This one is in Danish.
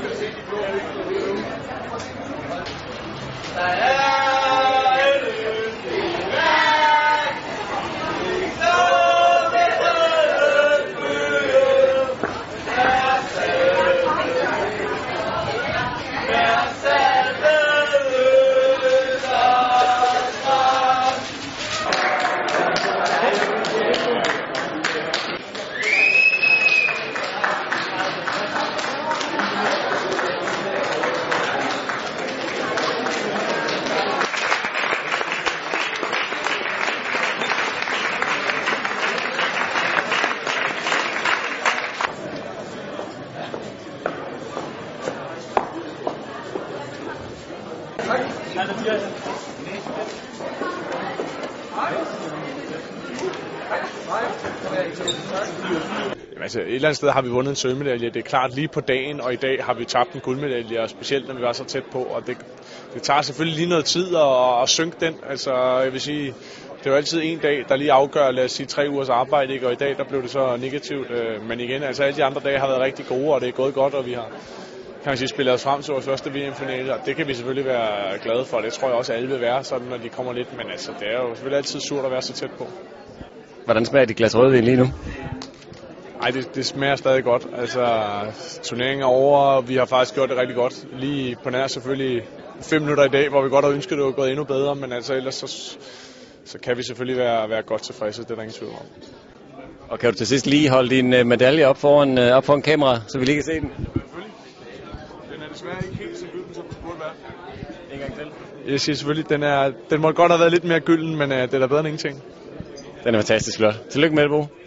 Altså, et eller andet sted har vi vundet en sølvmedalje. Det er klart lige på dagen, og i dag har vi tabt en guldmedalje, og specielt når vi var så tæt på. Og det tager selvfølgelig lige noget tid at synke den. Altså, jeg vil sige, det er jo altid en dag, der lige afgør, lad os sige, 3 ugers arbejde, ikke? Og i dag, der blev det så negativt. Men igen, altså alle de andre dage har været rigtig gode, og det er gået godt, og vi har, kan man sige, spillet os frem til vores første VM-finale, og det kan vi selvfølgelig være glade for. Det tror jeg også, alle vil være sådan, når de kommer lidt. Men altså, det er jo selvfølgelig altid surt at være så tæt på. Hvordan smager dit glas rødvin lige nu? Nej, det smager stadig godt. Altså, turneringen er over, og vi har faktisk gjort det rigtig godt. Lige på nær selvfølgelig 5 minutter i dag, hvor vi godt har ønsket, at det var gået endnu bedre, men altså ellers så kan vi selvfølgelig være godt tilfredse, det er der ingen tvivl om. Og kan du til sidst lige holde din medalje op foran kamera, så vi lige kan se den? Selvfølgelig. Den er desværre ikke helt så gylden, som den burde være. En gang til. Jeg siger selvfølgelig, den må godt have været lidt mere gylden, men det er da bedre end ingenting. Den er fantastisk flot. Tillykke med det, Bo.